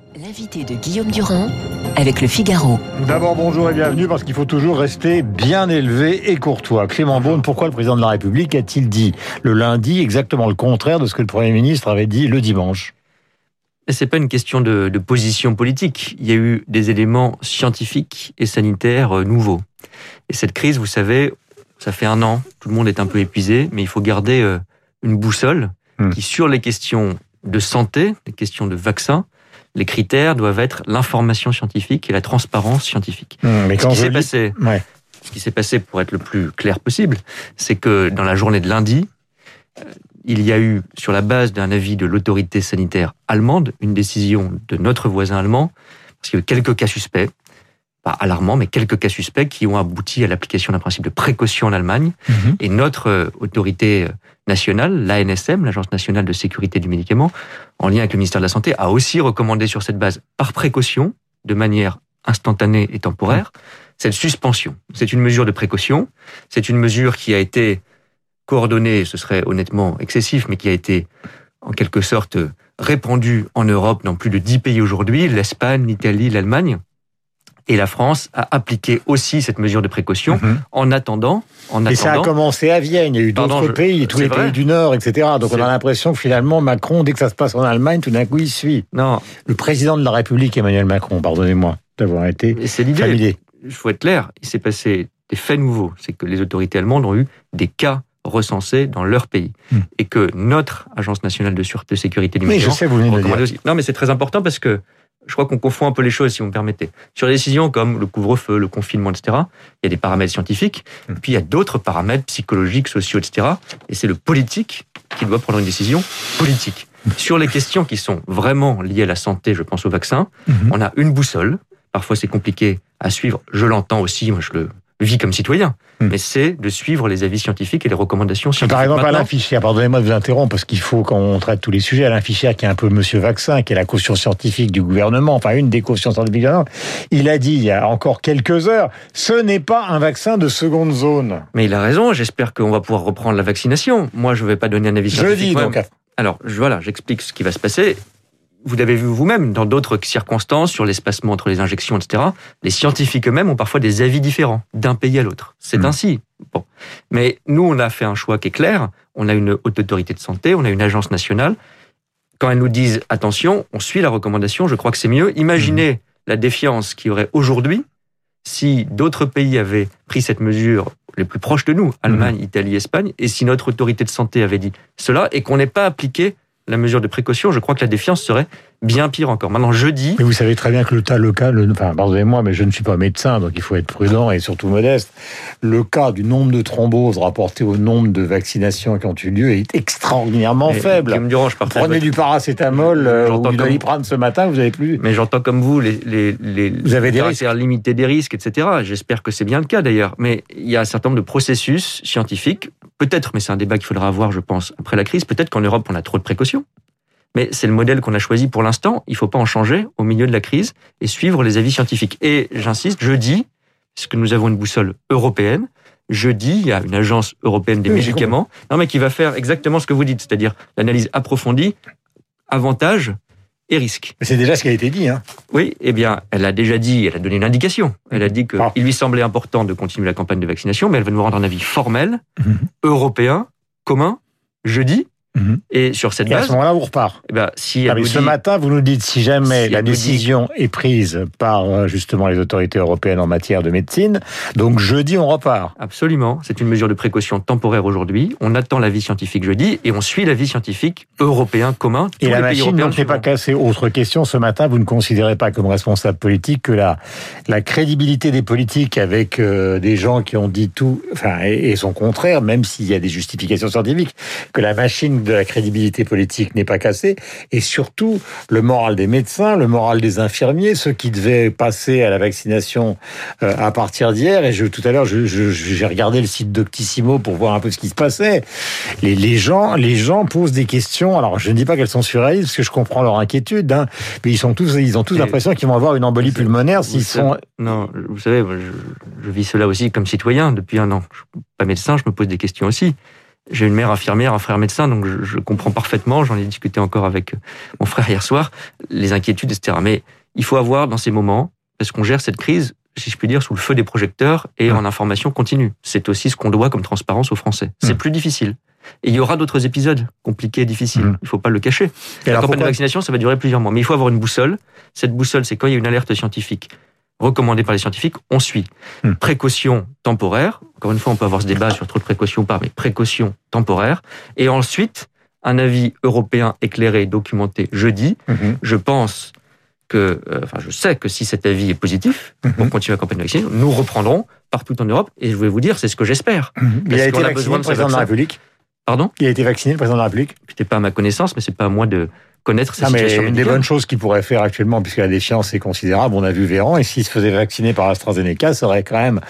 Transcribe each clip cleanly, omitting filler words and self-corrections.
L'invité de Guillaume Durand avec Le Figaro. D'abord, bonjour et bienvenue, parce qu'il faut toujours rester bien élevé et courtois. Clément Beaune, pourquoi le président de la République a-t-il dit le lundi exactement le contraire de ce que le Premier ministre avait dit le dimanche ? C'est pas une question de position politique. Il y a eu des éléments scientifiques et sanitaires nouveaux. Et cette crise, vous savez, ça fait 1 an, tout le monde est un peu épuisé, mais il faut garder une boussole qui, sur les questions de santé, les questions de vaccins, les critères doivent être l'information scientifique et la transparence scientifique. Mais quand Ce qui s'est passé, pour être le plus clair possible, c'est que dans la journée de lundi, il y a eu, sur la base d'un avis de l'autorité sanitaire allemande, une décision de notre voisin allemand, parce qu'il y a eu quelques cas suspects, pas alarmants, mais quelques cas suspects qui ont abouti à l'application d'un principe de précaution en Allemagne. Et notre autorité nationale, l'ANSM, l'Agence nationale de sécurité du médicament, en lien avec le ministère de la Santé, a aussi recommandé sur cette base, par précaution, de manière instantanée et temporaire, cette suspension. C'est une mesure de précaution, c'est une mesure qui a été coordonnée, ce serait honnêtement excessif, mais qui a été en quelque sorte répandue en Europe dans plus de 10 pays aujourd'hui, l'Espagne, l'Italie, l'Allemagne. Et la France a appliqué aussi cette mesure de précaution en attendant. Et ça a commencé à Vienne, il y a eu d'autres pays, tous les pays du Nord, etc. Donc on a l'impression que finalement Macron, dès que ça se passe en Allemagne, tout d'un coup il suit. Non. Le président de la République, Emmanuel Macron, pardonnez-moi d'avoir été familier. Il faut être clair, il s'est passé des faits nouveaux. C'est que les autorités allemandes ont eu des cas recensés dans leur pays. Et que notre Agence nationale de sûreté et sécurité du médicament... Oui, je sais, vous venez de le dire. Aussi. Non, mais c'est très important parce que je crois qu'on confond un peu les choses, si vous me permettez. Sur les décisions comme le couvre-feu, le confinement, etc., il y a des paramètres scientifiques, puis il y a d'autres paramètres psychologiques, sociaux, etc. Et c'est le politique qui doit prendre une décision politique. Sur les questions qui sont vraiment liées à la santé, je pense au vaccin, on a une boussole. Parfois, c'est compliqué à suivre. Je l'entends aussi, moi, je le vis comme citoyen. Mais c'est de suivre les avis scientifiques et les recommandations scientifiques. Par exemple, Alain Fischer, pardonnez-moi de vous interrompre, parce qu'il faut qu'on traite tous les sujets. Alain Fischer, qui est un peu monsieur vaccin, qui est la caution scientifique du gouvernement, enfin une des cautions scientifiques du gouvernement, il a dit il y a encore quelques heures, ce n'est pas un vaccin de seconde zone. Mais il a raison, j'espère qu'on va pouvoir reprendre la vaccination. Moi, je ne vais pas donner un avis scientifique. Alors, j'explique ce qui va se passer. Vous l'avez vu vous-même dans d'autres circonstances sur l'espacement entre les injections, etc. Les scientifiques eux-mêmes ont parfois des avis différents d'un pays à l'autre. C'est ainsi. Bon. Mais nous, on a fait un choix qui est clair. On a une haute autorité de santé, on a une agence nationale. Quand elles nous disent « attention, on suit la recommandation », je crois que c'est mieux. Imaginez la défiance qu'il y aurait aujourd'hui si d'autres pays avaient pris cette mesure les plus proches de nous, Allemagne, Italie, Espagne, et si notre autorité de santé avait dit cela et qu'on n'ait pas appliqué la mesure de précaution, je crois que la défiance serait bien pire encore. Maintenant, jeudi... Mais vous savez très bien que pardonnez-moi, mais je ne suis pas médecin, donc il faut être prudent et surtout modeste. Le cas du nombre de thromboses rapporté au nombre de vaccinations qui ont eu lieu est extraordinairement faible. Prenez du paracétamol ou du Doliprane ce matin, vous n'avez plus... Mais j'entends comme vous vous avez des risques. Limiter des risques, etc. J'espère que c'est bien le cas d'ailleurs. Mais il y a un certain nombre de processus scientifiques, peut-être, mais c'est un débat qu'il faudra avoir, je pense, après la crise, peut-être qu'en Europe, on a trop de précautions. Mais c'est le modèle qu'on a choisi pour l'instant. Il ne faut pas en changer au milieu de la crise et suivre les avis scientifiques. Et j'insiste, jeudi, puisque nous avons une boussole européenne, jeudi, il y a une agence européenne des médicaments, qui va faire exactement ce que vous dites, c'est-à-dire l'analyse approfondie, avantages et risques. Mais c'est déjà ce qui a été dit. Oui, elle a déjà dit, elle a donné une indication. Elle a dit qu'il lui semblait important de continuer la campagne de vaccination, mais elle va nous rendre un avis formel, européen, commun, jeudi. Et sur cette base, à ce moment-là, on repart. Ce matin, vous nous dites si jamais la décision est prise par justement les autorités européennes en matière de médecine, donc jeudi, on repart. Absolument. C'est une mesure de précaution temporaire aujourd'hui. On attend l'avis scientifique jeudi et on suit l'avis scientifique européen commun. Et la machine n'est pas cassée. Autre question, ce matin, vous ne considérez pas comme responsable politique que la crédibilité des politiques avec des gens qui ont dit tout, et son contraire, même s'il y a des justifications scientifiques, que la machine de la crédibilité politique n'est pas cassée, et surtout le moral des médecins, le moral des infirmiers, ceux qui devaient passer à la vaccination à partir d'hier, et tout à l'heure j'ai regardé le site Doctissimo pour voir un peu ce qui se passait. Les gens posent des questions, alors je ne dis pas qu'elles sont surréalistes, parce que je comprends leur inquiétude, mais ils ont tous l'impression qu'ils vont avoir une embolie pulmonaire s'ils sont... Non, vous savez, je vis cela aussi comme citoyen depuis 1 an. Je ne suis pas médecin, je me pose des questions aussi. J'ai une mère infirmière, un frère médecin, donc je comprends parfaitement, j'en ai discuté encore avec mon frère hier soir, les inquiétudes, etc. Mais il faut avoir dans ces moments, parce qu'on gère cette crise, si je puis dire, sous le feu des projecteurs et en information continue. C'est aussi ce qu'on doit comme transparence aux Français. C'est plus difficile. Et il y aura d'autres épisodes compliqués et difficiles. Il ne faut pas le cacher. La campagne de vaccination, ça va durer plusieurs mois. Mais il faut avoir une boussole. Cette boussole, c'est quand il y a une alerte scientifique recommandée par les scientifiques, on suit. Précaution temporaire. Encore une fois, on peut avoir ce débat sur trop de précautions ou pas, mais précaution temporaire. Et ensuite, un avis européen éclairé, documenté jeudi. Je pense que, je sais que si cet avis est positif, pour continuer la campagne de vaccination, nous reprendrons partout en Europe. Et je vais vous dire, c'est ce que j'espère. Il a été vacciné, le président de la République. Pardon ? Il a été vacciné, le président de la République. C'était pas à ma connaissance, mais c'est pas à moi de connaître sa situation médicale. Des bonnes choses qu'il pourrait faire actuellement, puisque la défiance est considérable, on a vu Véran, et s'il se faisait vacciner par AstraZeneca, ça aurait quand même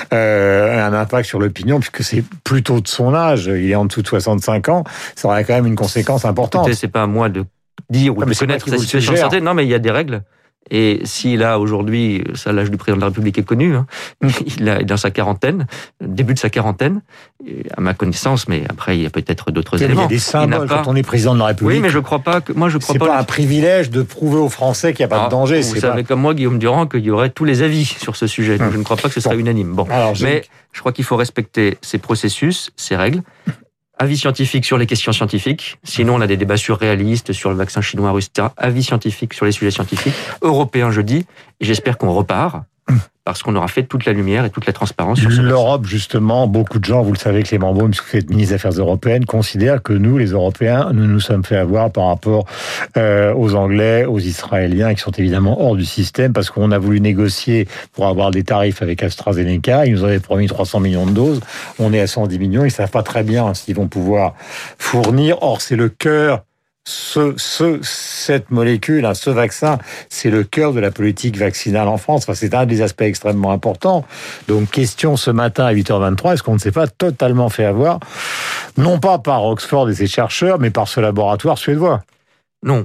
un impact sur l'opinion, puisque c'est plutôt de son âge, il est en dessous de 65 ans, ça aurait quand même une conséquence importante. Écoutez, c'est pas à moi de dire ou de connaître sa situation de santé, non, mais il y a des règles. Et s'il a aujourd'hui, ça l'âge du président de la République est connu, il est dans sa quarantaine, début de sa quarantaine, à ma connaissance, mais après il y a peut-être d'autres éléments. Il y a des symboles quand on est président de la République. Oui, mais je crois pas que c'est pas un privilège de prouver aux Français qu'il n'y a pas de danger. Vous savez comme moi, Guillaume Durand, qu'il y aurait tous les avis sur ce sujet. Donc je ne crois pas que ce serait unanime. Bon, mais je crois qu'il faut respecter ces processus, ces règles. Avis scientifique sur les questions scientifiques. Sinon, on a des débats surréalistes sur le vaccin chinois, russe, etc. Avis scientifique sur les sujets scientifiques. Européen jeudi. Et j'espère qu'on repart. Parce qu'on aura fait toute la lumière et toute la transparence sur ce vaccin. L'Europe, justement, beaucoup de gens, vous le savez, Clément Beaune, puisque vous êtes ministre des Affaires européennes, considèrent que nous, les Européens, nous nous sommes fait avoir par rapport aux Anglais, aux Israéliens, qui sont évidemment hors du système, parce qu'on a voulu négocier pour avoir des tarifs avec AstraZeneca. Ils nous avaient promis 300 millions de doses. On est à 110 millions. Ils ne savent pas très bien s'ils vont pouvoir fournir. Or, c'est le cœur. Cette molécule, ce vaccin, c'est le cœur de la politique vaccinale en France. Enfin, c'est un des aspects extrêmement importants. Donc, question ce matin à 8h23, est-ce qu'on ne s'est pas totalement fait avoir, non pas par Oxford et ses chercheurs, mais par ce laboratoire suédois ? Non.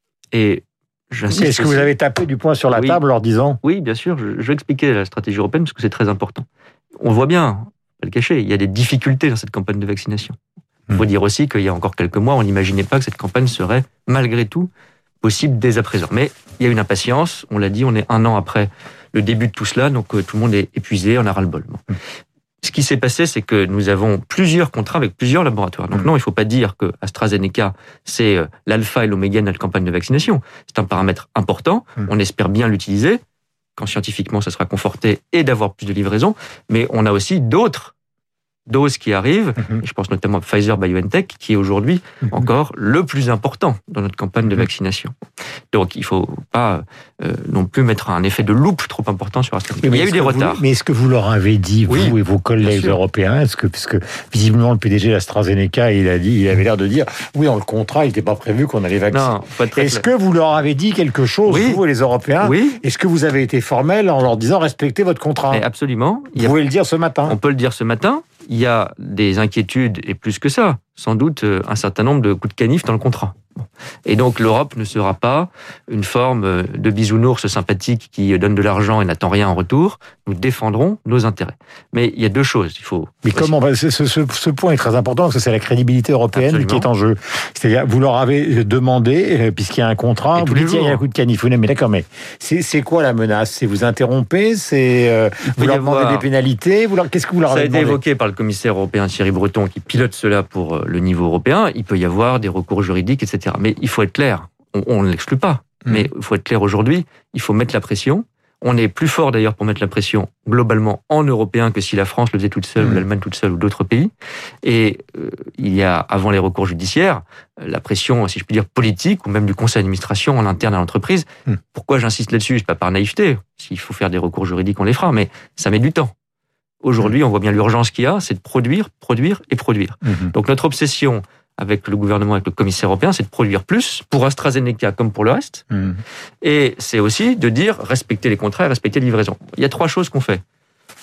Et j'insiste. Est-ce que vous avez tapé du poing sur la table en leur disant ? Oui, bien sûr. Je vais expliquer la stratégie européenne parce que c'est très important. On voit bien, on ne va pas le cacher, il y a des difficultés dans cette campagne de vaccination. Il faut dire aussi qu'il y a encore quelques mois, on n'imaginait pas que cette campagne serait, malgré tout, possible dès à présent. Mais il y a une impatience, on l'a dit, on est 1 an après le début de tout cela, donc tout le monde est épuisé, on a ras-le-bol. Bon. Ce qui s'est passé, c'est que nous avons plusieurs contrats avec plusieurs laboratoires. Donc non, il ne faut pas dire que AstraZeneca, c'est l'alpha et l'oméga de notre campagne de vaccination. C'est un paramètre important, on espère bien l'utiliser, quand scientifiquement ça sera conforté, et d'avoir plus de livraisons, mais on a aussi d'autres doses qui arrivent, et je pense notamment à Pfizer-BioNTech, qui est aujourd'hui encore le plus important dans notre campagne de vaccination. Donc il ne faut pas non plus mettre un effet de loupe trop important sur AstraZeneca. Il y a eu des retards. Mais est-ce que vous leur avez dit, vous et vos collègues européens, puisque visiblement le PDG d'AstraZeneca, il avait l'air de dire, oui, dans le contrat, il n'était pas prévu qu'on allait vacciner. Non, faut être très Est-ce que vous leur avez dit quelque chose, vous et les Européens ? Est-ce que vous avez été formel en leur disant, respectez votre contrat ? Mais absolument. Vous pouvez le dire ce matin. On peut le dire ce matin. Il y a des inquiétudes, et plus que ça, sans doute un certain nombre de coups de canif dans le contrat. Et donc l'Europe ne sera pas une forme de bisounours sympathique qui donne de l'argent et n'attend rien en retour. Nous défendrons nos intérêts. Mais il y a deux choses. Mais comment ce point est très important parce que c'est la crédibilité européenne qui est en jeu. C'est-à-dire, vous leur avez demandé, puisqu'il y a un contrat, vous dites qu'il y a un coup de canif. Mais d'accord, mais c'est quoi la menace ? C'est vous interrompez ? C'est vous leur demandez des pénalités ? Qu'est-ce que vous leur avez demandé ? Ça a été évoqué par le commissaire européen Thierry Breton qui pilote cela pour le niveau européen. Il peut y avoir des recours juridiques, etc. Mais il faut être clair, on ne l'exclut pas, mais il faut être clair aujourd'hui, il faut mettre la pression. On est plus fort d'ailleurs pour mettre la pression globalement en européen que si la France le faisait toute seule, ou l'Allemagne toute seule, ou d'autres pays. Et il y a, avant les recours judiciaires, la pression, si je puis dire, politique, ou même du conseil d'administration en interne à l'entreprise. Pourquoi j'insiste là-dessus ? C'est pas par naïveté. S'il faut faire des recours juridiques, on les fera, mais ça met du temps. Aujourd'hui, on voit bien l'urgence qu'il y a, c'est de produire, produire et produire. Donc notre obsession avec le gouvernement, avec le commissaire européen, c'est de produire plus pour AstraZeneca comme pour le reste. Et c'est aussi de dire respecter les contrats et respecter les livraisons. Il y a 3 choses qu'on fait.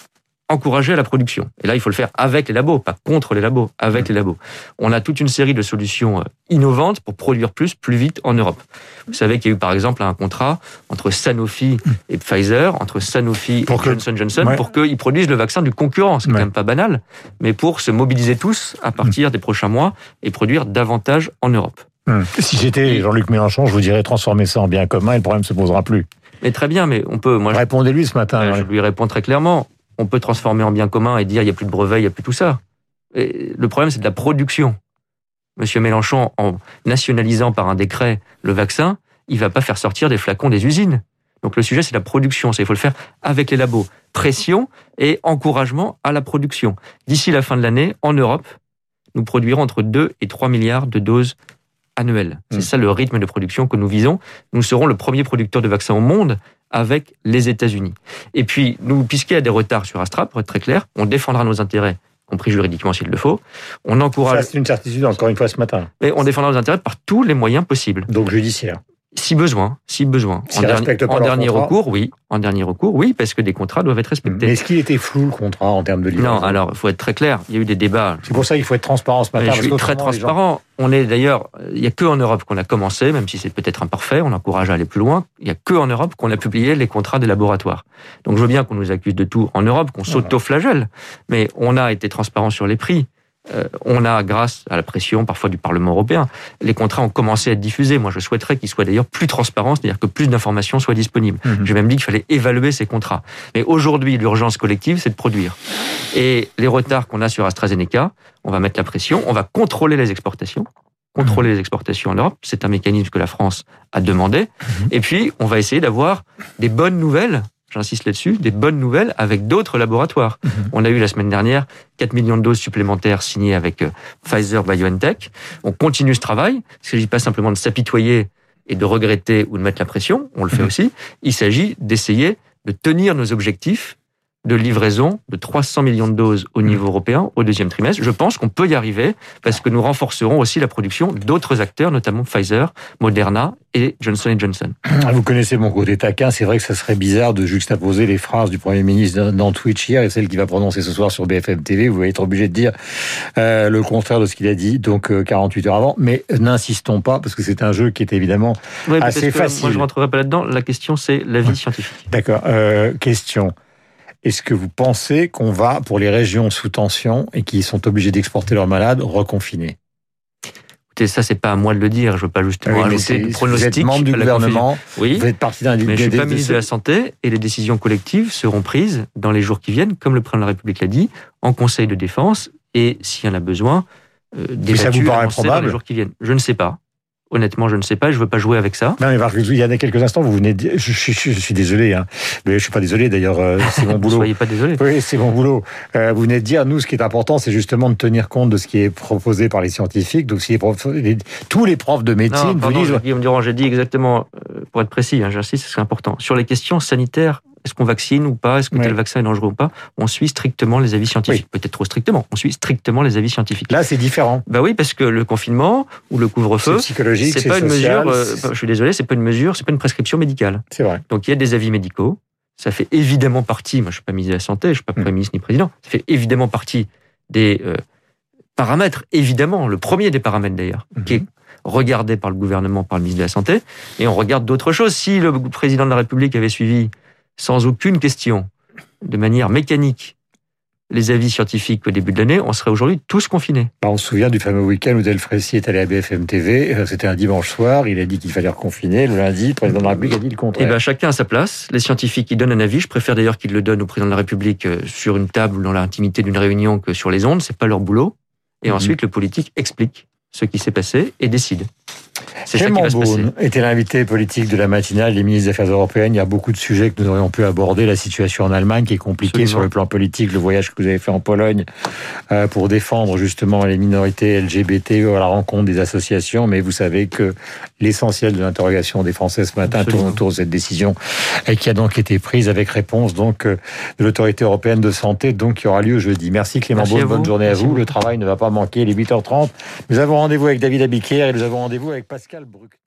encourager la production. Et là, il faut le faire avec les labos, pas contre les labos, avec les labos. On a toute une série de solutions innovantes pour produire plus vite en Europe. Vous savez qu'il y a eu par exemple un contrat entre Sanofi et Pfizer, entre Sanofi et Johnson & Johnson, pour qu'ils produisent le vaccin du concurrent, ce qui est quand même pas banal, mais pour se mobiliser tous à partir des prochains mois et produire davantage en Europe. Si j'étais Jean-Luc Mélenchon, je vous dirais transformer ça en bien commun et le problème ne se posera plus. Mais très bien, mais on peut... Répondez-lui ce matin. Je lui réponds très clairement. On peut transformer en bien commun et dire il n'y a plus de brevets, il n'y a plus tout ça. Et le problème, c'est de la production. Monsieur Mélenchon, en nationalisant par un décret le vaccin, il ne va pas faire sortir des flacons des usines. Donc le sujet, c'est la production. Il faut le faire avec les labos. Pression et encouragement à la production. D'ici la fin de l'année, en Europe, nous produirons entre 2 et 3 milliards de doses annuelles. C'est ça le rythme de production que nous visons. Nous serons le premier producteur de vaccins au monde avec les États-Unis. Et puis, nous, puisqu'il y a des retards sur Astra, pour être très clair, on défendra nos intérêts, compris juridiquement s'il le faut. On encourage... Ça, c'est une certitude, encore une fois, ce matin. Mais on défendra nos intérêts par tous les moyens possibles. Donc judiciaire. Si besoin. En dernier recours, oui, parce que des contrats doivent être respectés. Mais est-ce qu'il était flou, le contrat, en termes de livraison ? Non, alors, il faut être très clair. Il y a eu des débats. C'est pour ça qu'il faut être transparent ce matin. Je suis très transparent. On est d'ailleurs, il n'y a que en Europe qu'on a commencé, même si c'est peut-être imparfait, on encourage à aller plus loin. Il n'y a que en Europe qu'on a publié les contrats des laboratoires. Donc je veux bien qu'on nous accuse de tout en Europe, qu'on s'auto-flagelle, mais on a été transparent sur les prix. On a, grâce à la pression parfois du Parlement européen, les contrats ont commencé à être diffusés. Moi, je souhaiterais qu'ils soient d'ailleurs plus transparents, c'est-à-dire que plus d'informations soient disponibles. J'ai même dit qu'il fallait évaluer ces contrats. Mais aujourd'hui, l'urgence collective, c'est de produire. Et les retards qu'on a sur AstraZeneca, on va mettre la pression, on va contrôler les exportations. Contrôler les exportations en Europe, c'est un mécanisme que la France a demandé. Et puis, on va essayer d'avoir des bonnes nouvelles. J'insiste là-dessus, des bonnes nouvelles avec d'autres laboratoires. On a eu la semaine dernière 4 millions de doses supplémentaires signées avec Pfizer-BioNTech. On continue ce travail. Il ne s'agit pas simplement de s'apitoyer et de regretter ou de mettre la pression, on le fait aussi. Il s'agit d'essayer de tenir nos objectifs de livraison de 300 millions de doses au niveau européen au deuxième trimestre. Je pense qu'on peut y arriver parce que nous renforcerons aussi la production d'autres acteurs, notamment Pfizer, Moderna et Johnson & Johnson. Vous connaissez mon côté taquin, c'est vrai que ça serait bizarre de juxtaposer les phrases du Premier ministre dans Twitch hier et celle qu'il va prononcer ce soir sur BFM TV. Vous allez être obligé de dire le contraire de ce qu'il a dit, donc 48 heures avant. Mais n'insistons pas, parce que c'est un jeu qui est évidemment assez facile. Moi, je ne rentrerai pas là-dedans. La question, c'est l'avis scientifique. D'accord. Question. Est-ce que vous pensez qu'on va, pour les régions sous tension et qui sont obligées d'exporter leurs malades, reconfiner ? Écoutez, ça, c'est pas à moi de le dire. Je ne veux pas justement ajouter du pronostic. Vous êtes membre du gouvernement, oui, vous êtes parti d'un... Mais je ne suis pas ministre de la Santé et les décisions collectives seront prises dans les jours qui viennent, comme le président de la République l'a dit, en Conseil de défense et, s'il y en a besoin, débattu dans les jours qui viennent. Je ne sais pas. Honnêtement, je ne sais pas, je ne veux pas jouer avec ça. Non, mais il y a quelques instants, vous venez de dire, je suis désolé, hein, mais je ne suis pas désolé, d'ailleurs, c'est mon boulot. Ne soyez pas désolé. Oui, c'est mon boulot. Vous venez de dire, nous, ce qui est important, c'est justement de tenir compte de ce qui est proposé par les scientifiques. Donc, si tous les profs de médecine vous disent... Guillaume Durand, j'ai dit exactement, pour être précis, j'insiste, c'est important. Sur les questions sanitaires, est-ce qu'on vaccine ou pas ? Est-ce que tel vaccin est dangereux ou pas ? On suit strictement les avis scientifiques. Peut-être trop strictement. On suit strictement les avis scientifiques. Là, c'est différent. Bah oui, parce que le confinement ou le couvre-feu, c'est psychologique, c'est pas une social, mesure. Je suis désolé, c'est pas une mesure, c'est pas une prescription médicale. C'est vrai. Donc il y a des avis médicaux. Ça fait évidemment partie. Moi, je suis pas ministre de la Santé, je suis pas Premier ministre ni président. Ça fait évidemment partie des paramètres. Évidemment, le premier des paramètres d'ailleurs, qui est regardé par le gouvernement, par le ministre de la Santé. Et on regarde d'autres choses. Si le président de la République avait suivi sans aucune question, de manière mécanique, les avis scientifiques au début de l'année, on serait aujourd'hui tous confinés. On se souvient du fameux week-end où Delfrécy est allé à BFM TV, c'était un dimanche soir, il a dit qu'il fallait reconfiner, le lundi, le président de la République a dit le contraire. Eh bien, chacun à sa place, les scientifiques qui donnent un avis, je préfère d'ailleurs qu'ils le donnent au président de la République sur une table ou dans l'intimité d'une réunion que sur les ondes, c'est pas leur boulot. Et ensuite, le politique explique ce qui s'est passé et décide. C'est ça qui va se passer. Beaune était l'invité politique de la matinale des ministres des Affaires européennes. Il y a beaucoup de sujets que nous aurions pu aborder. La situation en Allemagne qui est compliquée sur le plan politique, le voyage que vous avez fait en Pologne pour défendre justement les minorités LGBT à la rencontre des associations. Mais vous savez que l'essentiel de l'interrogation des Français ce matin tourne autour de cette décision qui a donc été prise avec réponse donc de l'autorité européenne de santé, donc qui aura lieu jeudi. Merci Clément Beaune, bonne journée à vous. Le travail ne va pas manquer. Il est 8h30. Nous avons rendez-vous avec David Abiquière et nous avons rendez-vous avec Pascal Bruckner.